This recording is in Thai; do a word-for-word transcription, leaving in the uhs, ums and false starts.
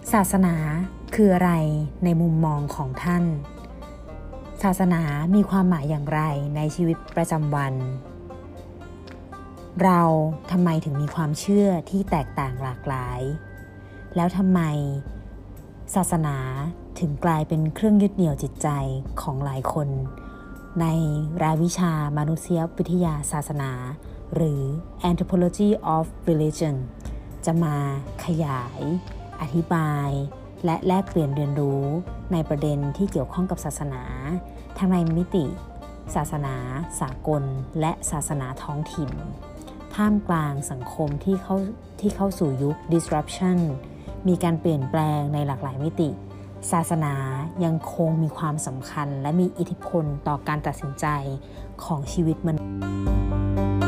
ศาสนาคืออะไรในมุมมองของท่านศาสนามีความหมายอย่างไรในชีวิตประจำวันเราทำไมถึงมีความเชื่อที่แตกต่างหลากหลายแล้วทำไมศาสนาถึงกลายเป็นเครื่องยึดเหนี่ยวจิตใจของหลายคนในรายวิชามนุษยวิทยาศาสนาหรือ Anthropology of Religion จะมาขยายอธิบายและแลกเปลี่ยนเรียนรู้ในประเด็นที่เกี่ยวข้องกับศาสนาทั้งในมิติศาสนาสากลและศาสนาท้องถิ่นท่ามกลางสังคมที่เข้าที่เข้าสู่ยุค disruption มีการเปลี่ยนแปลงในหลากหลายมิติศาสนายังคงมีความสำคัญและมีอิทธิพลต่อการตัดสินใจของชีวิตมนุษย์